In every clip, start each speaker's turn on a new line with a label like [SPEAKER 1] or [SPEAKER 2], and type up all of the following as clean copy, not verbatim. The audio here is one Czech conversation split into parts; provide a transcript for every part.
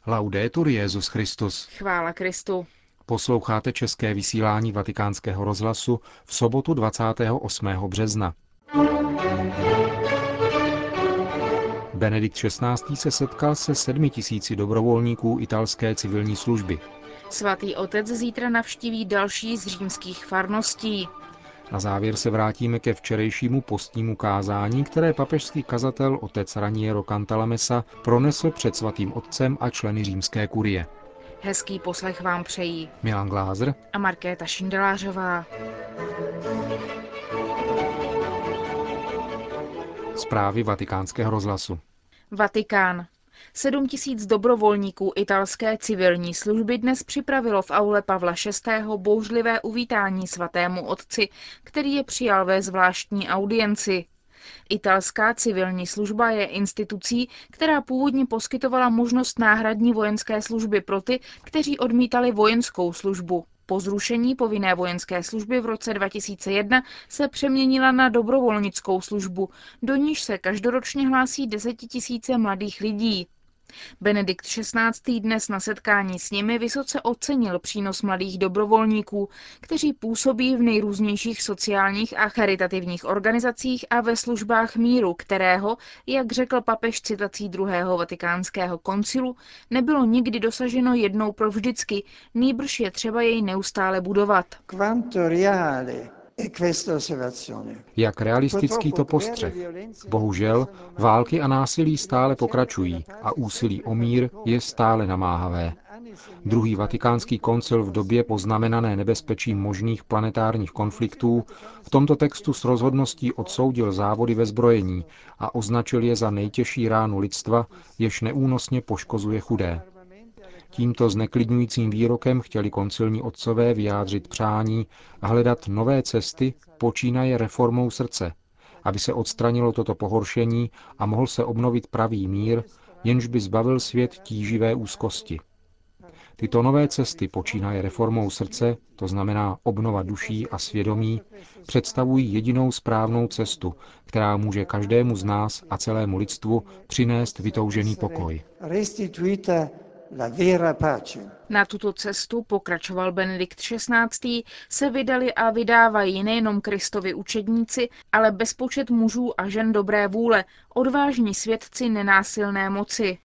[SPEAKER 1] Laudetur Jesus Christus.
[SPEAKER 2] Chvála Kristu.
[SPEAKER 1] Posloucháte české vysílání Vatikánského rozhlasu v sobotu 28. března. Benedikt XVI. Se setkal se 7 000 dobrovolníků italské civilní služby.
[SPEAKER 2] Svatý otec zítra navštíví další z římských farností.
[SPEAKER 1] Na závěr se vrátíme ke včerejšímu postnímu kázání, které papežský kazatel otec Raniero Cantalamessa pronesl před svatým otcem a členy římské kurie.
[SPEAKER 2] Hezký poslech vám přejí
[SPEAKER 1] Milan Glázer
[SPEAKER 2] a Markéta Šindelářová.
[SPEAKER 1] Zprávy Vatikánského rozhlasu.
[SPEAKER 2] Vatikán. 7 000 dobrovolníků italské civilní služby dnes připravilo v aule Pavla VI. Bouřlivé uvítání svatému otci, který je přijal ve zvláštní audienci. Italská civilní služba je institucí, která původně poskytovala možnost náhradní vojenské služby pro ty, kteří odmítali vojenskou službu. Po zrušení povinné vojenské služby v roce 2001 se přeměnila na dobrovolnickou službu, do níž se každoročně hlásí 10 000 mladých lidí. Benedikt XVI. Dnes na setkání s nimi vysoce ocenil přínos mladých dobrovolníků, kteří působí v nejrůznějších sociálních a charitativních organizacích a ve službách míru, kterého, jak řekl papež citací druhého vatikánského koncilu, nebylo nikdy dosaženo jednou provždycky, nýbrž je třeba jej neustále budovat.
[SPEAKER 1] Jak realistický to postřeh. Bohužel, války a násilí stále pokračují a úsilí o mír je stále namáhavé. Druhý vatikánský koncil v době poznamenané nebezpečím možných planetárních konfliktů v tomto textu s rozhodností odsoudil závody ve zbrojení a označil je za nejtěžší ránu lidstva, jež neúnosně poškozuje chudé. Tímto zneklidňujícím výrokem chtěli koncilní otcové vyjádřit přání a hledat nové cesty, počínaje reformou srdce, aby se odstranilo toto pohoršení a mohl se obnovit pravý mír, jenž by zbavil svět tíživé úzkosti. Tyto nové cesty počínaje reformou srdce, to znamená obnova duší a svědomí, představují jedinou správnou cestu, která může každému z nás a celému lidstvu přinést vytoužený pokoj.
[SPEAKER 2] Na tuto cestu, pokračoval Benedikt XVI., se vydali a vydávají nejenom Kristovi učedníci, ale bezpočet mužů a žen dobré vůle, odvážní svědci nenásilné moci.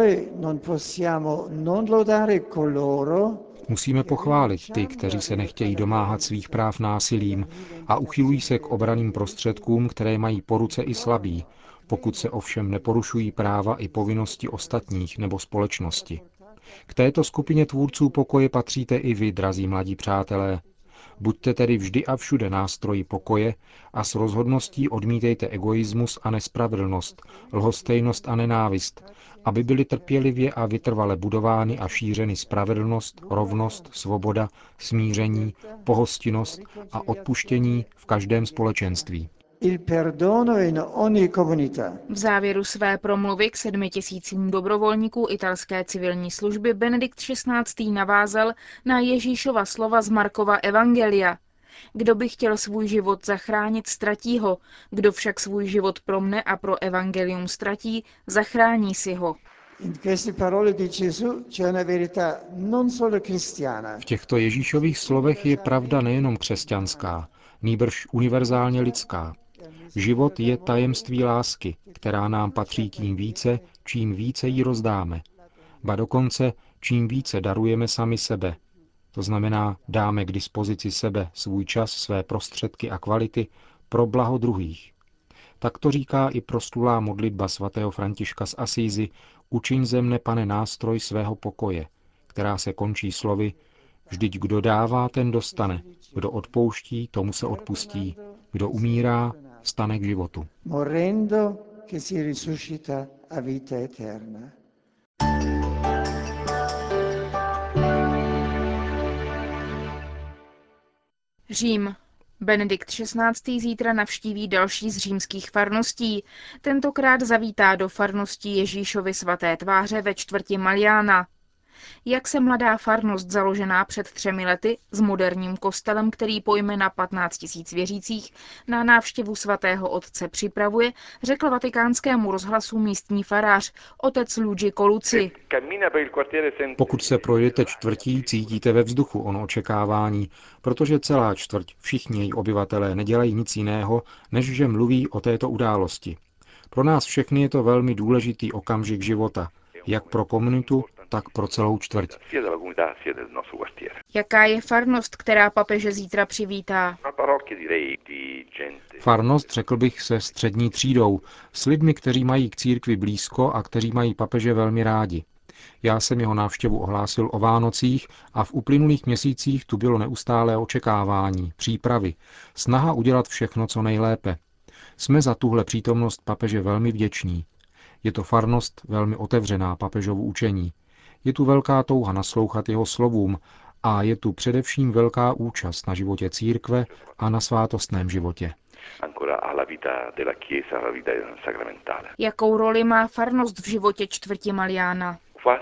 [SPEAKER 1] Musíme pochválit ty, kteří se nechtějí domáhat svých práv násilím a uchylují se k obranným prostředkům, které mají po ruce i slabí, pokud se ovšem neporušují práva i povinnosti ostatních nebo společnosti. K této skupině tvůrců pokoje patříte i vy, drazí mladí přátelé. Buďte tedy vždy a všude nástroji pokoje a s rozhodností odmítejte egoismus a nespravedlnost, lhostejnost a nenávist, aby byly trpělivě a vytrvale budovány a šířeny spravedlnost, rovnost, svoboda, smíření, pohostinnost a odpuštění v každém společenství.
[SPEAKER 2] V závěru své promluvy k 7 000 dobrovolníků italské civilní služby Benedikt XVI. Navázal na Ježíšova slova z Markova evangelia. Kdo by chtěl svůj život zachránit, ztratí ho, kdo však svůj život pro mne a pro evangelium ztratí, zachrání si ho.
[SPEAKER 1] V těchto Ježíšových slovech je pravda nejenom křesťanská, nýbrž univerzálně lidská. Život je tajemství lásky, která nám patří tím více, čím více ji rozdáme. Ba dokonce, čím více darujeme sami sebe. To znamená, dáme k dispozici sebe, svůj čas, své prostředky a kvality pro blaho druhých. Tak to říká i proslulá modlitba svatého Františka z Asízy Učiň ze mne, Pane, nástroj svého pokoje, která se končí slovy Vždyť kdo dává, ten dostane, kdo odpouští, tomu se odpustí, kdo umírá, stane k životu.
[SPEAKER 3] Morendo che si risuscita a vita eterna.
[SPEAKER 2] Řím. Benedikt XVI. Zítra navštíví další z římských farností. Tentokrát zavítá do farnosti Ježíšovy svaté tváře ve čtvrti Maliana. jak se mladá farnost založená před 3 lety s moderním kostelem, který pojme na 15 000 věřících, na návštěvu svatého otce připravuje, řekl Vatikánskému rozhlasu místní farář otec Luigi Colucci.
[SPEAKER 1] Pokud se projdete čtvrtí, cítíte ve vzduchu ono očekávání, protože celá čtvrť, všichni její obyvatelé nedělají nic jiného, než že mluví o této události. Pro nás všechny je to velmi důležitý okamžik života, jak pro komunitu, tak pro celou čtvrť.
[SPEAKER 2] Jaká je farnost, která papeže zítra přivítá?
[SPEAKER 1] Farnost, řekl bych, se střední třídou, s lidmi, kteří mají k církvi blízko a kteří mají papeže velmi rádi. Já jsem jeho návštěvu ohlásil o Vánocích a v uplynulých měsících tu bylo neustálé očekávání, přípravy, snaha udělat všechno, co nejlépe. Jsme za tuhle přítomnost papeže velmi vděční. Je to farnost velmi otevřená papežovu učení. Je tu velká touha naslouchat jeho slovům a je tu především velká účast na životě církve a na svátostném životě.
[SPEAKER 2] Jakou roli má farnost v životě čtvrti Mariana?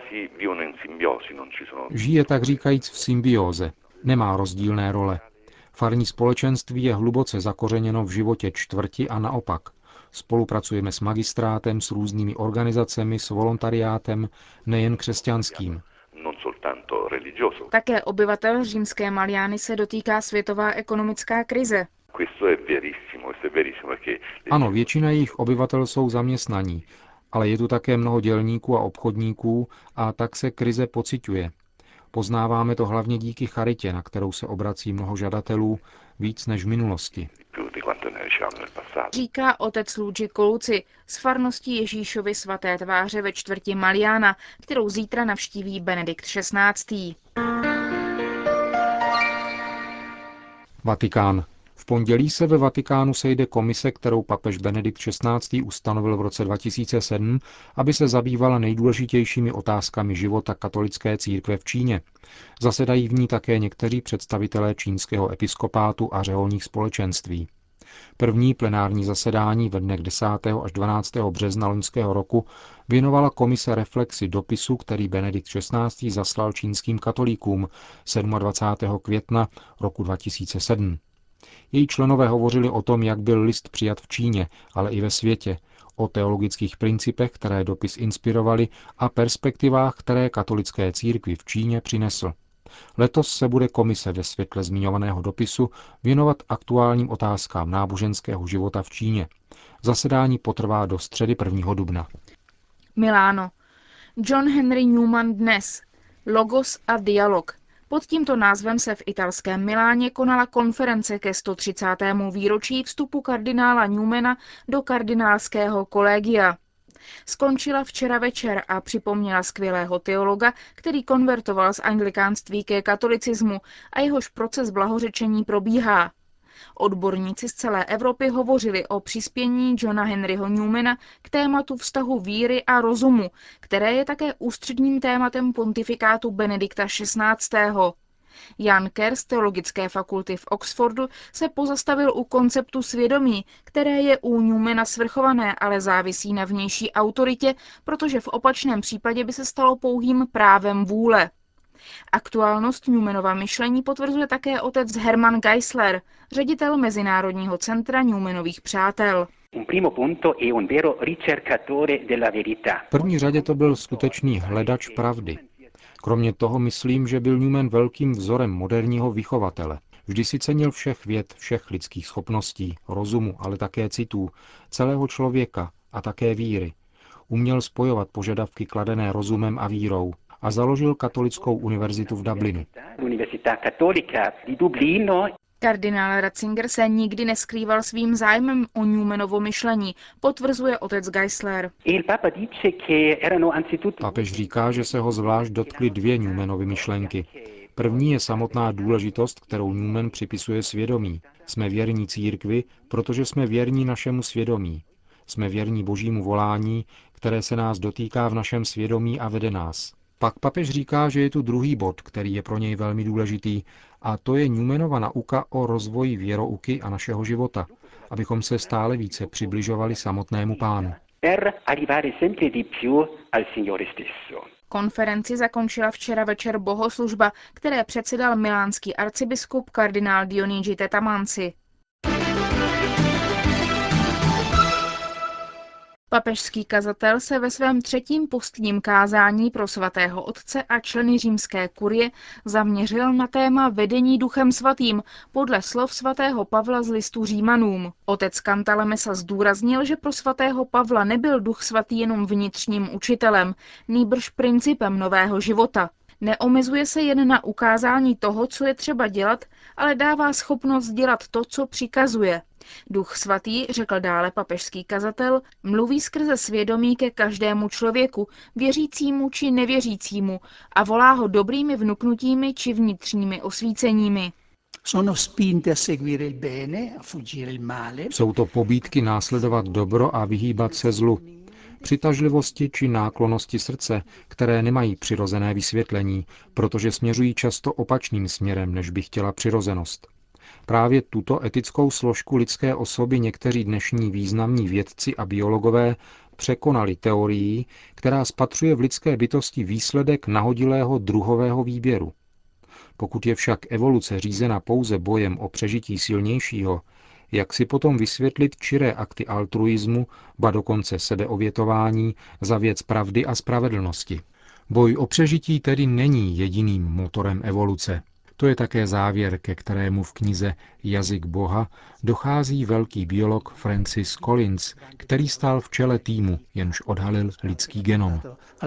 [SPEAKER 1] Žije tak říkajíc v symbióze. Nemá rozdílné role. Farní společenství je hluboce zakořeněno v životě čtvrti a naopak. Spolupracujeme s magistrátem, s různými organizacemi, s volontariátem, nejen křesťanským.
[SPEAKER 2] Také obyvatel římské Mariány se dotýká světová ekonomická krize.
[SPEAKER 1] Ano, většina jejich obyvatel jsou zaměstnaní, ale je tu také mnoho dělníků a obchodníků a tak se krize pociťuje. Poznáváme to hlavně díky charitě, na kterou se obrací mnoho žadatelů, víc než v minulosti.
[SPEAKER 2] Říká otec Luigi Colucci z farnosti Ježíšovy svaté tváře ve čtvrti Mariana, kterou zítra navštíví Benedikt XVI.
[SPEAKER 1] Vatikán. V pondělí se ve Vatikánu sejde komise, kterou papež Benedikt XVI. Ustanovil v roce 2007, aby se zabývala nejdůležitějšími otázkami života katolické církve v Číně. Zasedají v ní také někteří představitelé čínského episkopátu a řeholních společenství. První plenární zasedání ve dnech 10. až 12. března loňského roku věnovala komise reflexi dopisu, který Benedikt XVI. Zaslal čínským katolíkům 27. května roku 2007. Její členové hovořili o tom, jak byl list přijat v Číně, ale i ve světě, o teologických principech, které dopis inspirovaly a perspektivách, které katolické církvi v Číně přinesl. Letos se bude komise ve světle zmiňovaného dopisu věnovat aktuálním otázkám náboženského života v Číně. Zasedání potrvá do středy 1. dubna.
[SPEAKER 2] Miláno. John Henry Newman dnes. Logos a dialog. Pod tímto názvem se v italském Miláně konala konference ke 130. výročí vstupu kardinála Newmana do kardinálského kolegia. Skončila včera večer a připomněla skvělého teologa, který konvertoval z anglikánství ke katolicismu a jehož proces blahořečení probíhá. Odborníci z celé Evropy hovořili o přispění Johna Henryho Newmana k tématu vztahu víry a rozumu, které je také ústředním tématem pontifikátu Benedikta XVI. Jan Kerr z Teologické fakulty v Oxfordu se pozastavil u konceptu svědomí, které je u Newmana svrchované, ale závisí na vnější autoritě, protože v opačném případě by se stalo pouhým právem vůle. Aktuálnost Newmanova myšlení potvrzuje také otec Hermann Geisler, ředitel Mezinárodního centra Newmanových přátel.
[SPEAKER 1] V první řadě to byl skutečný hledač pravdy. Kromě toho myslím, že byl Newman velkým vzorem moderního vychovatele. Vždy si cenil všech věd, všech lidských schopností, rozumu, ale také citů, celého člověka a také víry. Uměl spojovat požadavky kladené rozumem a vírou a založil katolickou univerzitu v Dublinu.
[SPEAKER 2] Kardinál Ratzinger se nikdy neskrýval svým zájmem o Newmanovo myšlení, potvrzuje otec Geisler.
[SPEAKER 1] Papež říká, že se ho zvlášť dotkly dvě Newmanovy myšlenky. První je samotná důležitost, kterou Newman připisuje svědomí. Jsme věrní církvi, protože jsme věrní našemu svědomí. Jsme věrní božímu volání, které se nás dotýká v našem svědomí a vede nás. Pak papež říká, že je tu druhý bod, který je pro něj velmi důležitý, a to je Newmanova nauka o rozvoji věrouky a našeho života, abychom se stále více přibližovali samotnému Pánu.
[SPEAKER 4] per arrivare sempre di più al Signore stesso.
[SPEAKER 2] Konferenci zakončila včera večer bohoslužba, které předsedal milánský arcibiskup kardinál Dionigi Tetamanci. Papežský kazatel se ve svém 3. postním kázání pro svatého otce a členy římské kurie zaměřil na téma vedení Duchem svatým podle slov svatého Pavla z listu Římanům. Otec Cantalamessa zdůraznil, že pro svatého Pavla nebyl Duch svatý jenom vnitřním učitelem, nýbrž principem nového života. Neomezuje se jen na ukázání toho, co je třeba dělat, ale dává schopnost dělat to, co přikazuje. Duch svatý, řekl dále papežský kazatel, mluví skrze svědomí ke každému člověku, věřícímu či nevěřícímu, a volá ho dobrými vnuknutími či vnitřními osvíceními.
[SPEAKER 1] Jsou to pobídky následovat dobro a vyhýbat se zlu. Přitažlivosti či náklonnosti srdce, které nemají přirozené vysvětlení, protože směřují často opačným směrem, než by chtěla přirozenost. Právě tuto etickou složku lidské osoby někteří dnešní významní vědci a biologové překonali teorií, která spatřuje v lidské bytosti výsledek nahodilého druhového výběru. Pokud je však evoluce řízena pouze bojem o přežití silnějšího, jak si potom vysvětlit čiré akty altruismu, ba dokonce sebeobětování za věc pravdy a spravedlnosti? Boj o přežití tedy není jediným motorem evoluce. To je také závěr, ke kterému v knize Jazyk Boha dochází velký biolog Francis Collins, který stál v čele týmu, jenž odhalil lidský genom.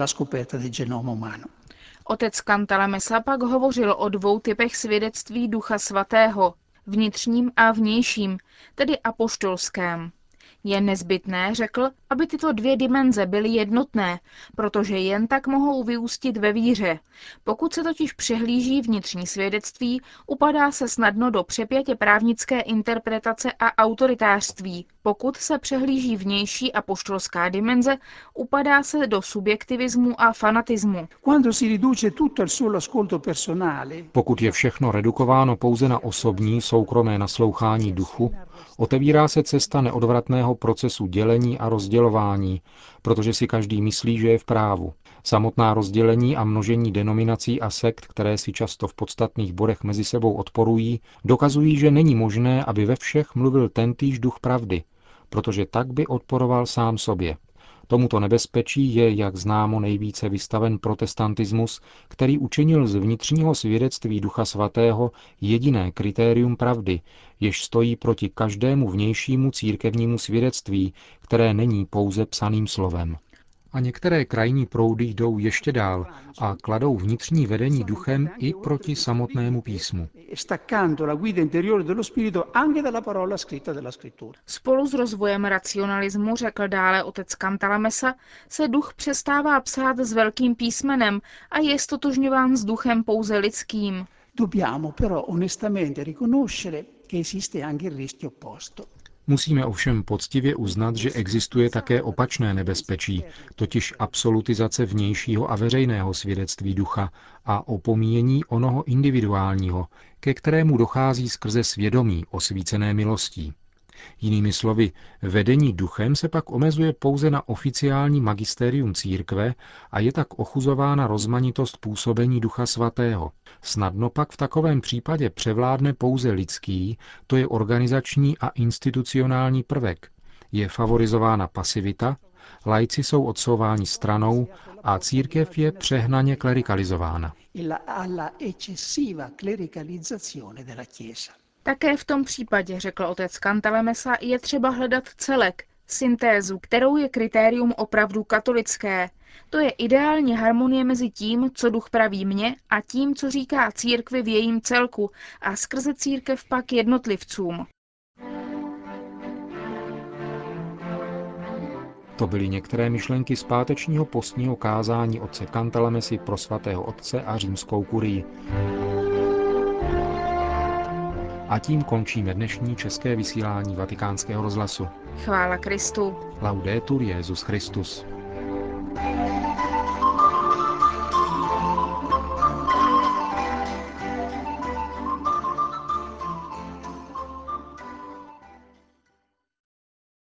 [SPEAKER 2] Otec Cantalamessa pak hovořil o 2 typech svědectví Ducha svatého, vnitřním a vnějším, tedy apoštolském. Je nezbytné, řekl, aby tyto 2 dimenze byly jednotné, protože jen tak mohou vyústit ve víře. Pokud se totiž přehlíží vnitřní svědectví, upadá se snadno do přepjatě právnické interpretace a autoritářství. Pokud se přehlíží vnější apoštolská dimenze, upadá se do subjektivismu a fanatismu.
[SPEAKER 1] Pokud je všechno redukováno pouze na osobní, soukromé naslouchání duchu, otevírá se cesta neodvratného procesu dělení a rozdělování, protože si každý myslí, že je v právu. Samotná rozdělení a množení denominací a sekt, které si často v podstatných bodech mezi sebou odporují, dokazují, že není možné, aby ve všech mluvil tentýž duch pravdy, protože tak by odporoval sám sobě. Tomuto nebezpečí je, jak známo, nejvíce vystaven protestantismus, který učinil z vnitřního svědectví Ducha svatého jediné kritérium pravdy, jež stojí proti každému vnějšímu církevnímu svědectví, které není pouze psaným slovem. A některé krajní proudy jdou ještě dál a kladou vnitřní vedení duchem i proti samotnému písmu.
[SPEAKER 2] Spolu s rozvojem racionalismu, řekl dále otec Cantalamessa, se duch přestává psát s velkým písmenem a je stotožňován s duchem pouze lidským.
[SPEAKER 1] Musíme ovšem poctivě uznat, že existuje také opačné nebezpečí, totiž absolutizace vnějšího a veřejného svědectví ducha a opomíjení onoho individuálního, ke kterému dochází skrze svědomí osvícené milostí. Jinými slovy, vedení duchem se pak omezuje pouze na oficiální magistérium církve a je tak ochuzována rozmanitost působení Ducha svatého. Snadno pak v takovém případě převládne pouze lidský, to je organizační a institucionální prvek. Je favorizována pasivita, laici jsou odsouváni stranou a církev je přehnaně klerikalizována.
[SPEAKER 2] Také v tom případě, řekl otec Cantalamessa, je třeba hledat celek, syntézu, kterou je kritérium opravdu katolické. To je ideální harmonie mezi tím, co duch praví mně, a tím, co říká církvi v jejím celku a skrze církev pak jednotlivcům.
[SPEAKER 1] To byly některé myšlenky z pátečního postního kázání otce Cantalamessy pro svatého otce a římskou kurii. A tím končíme dnešní české vysílání Vatikánského rozhlasu.
[SPEAKER 2] Chvála Kristu.
[SPEAKER 1] Laudetur Jesus Christus.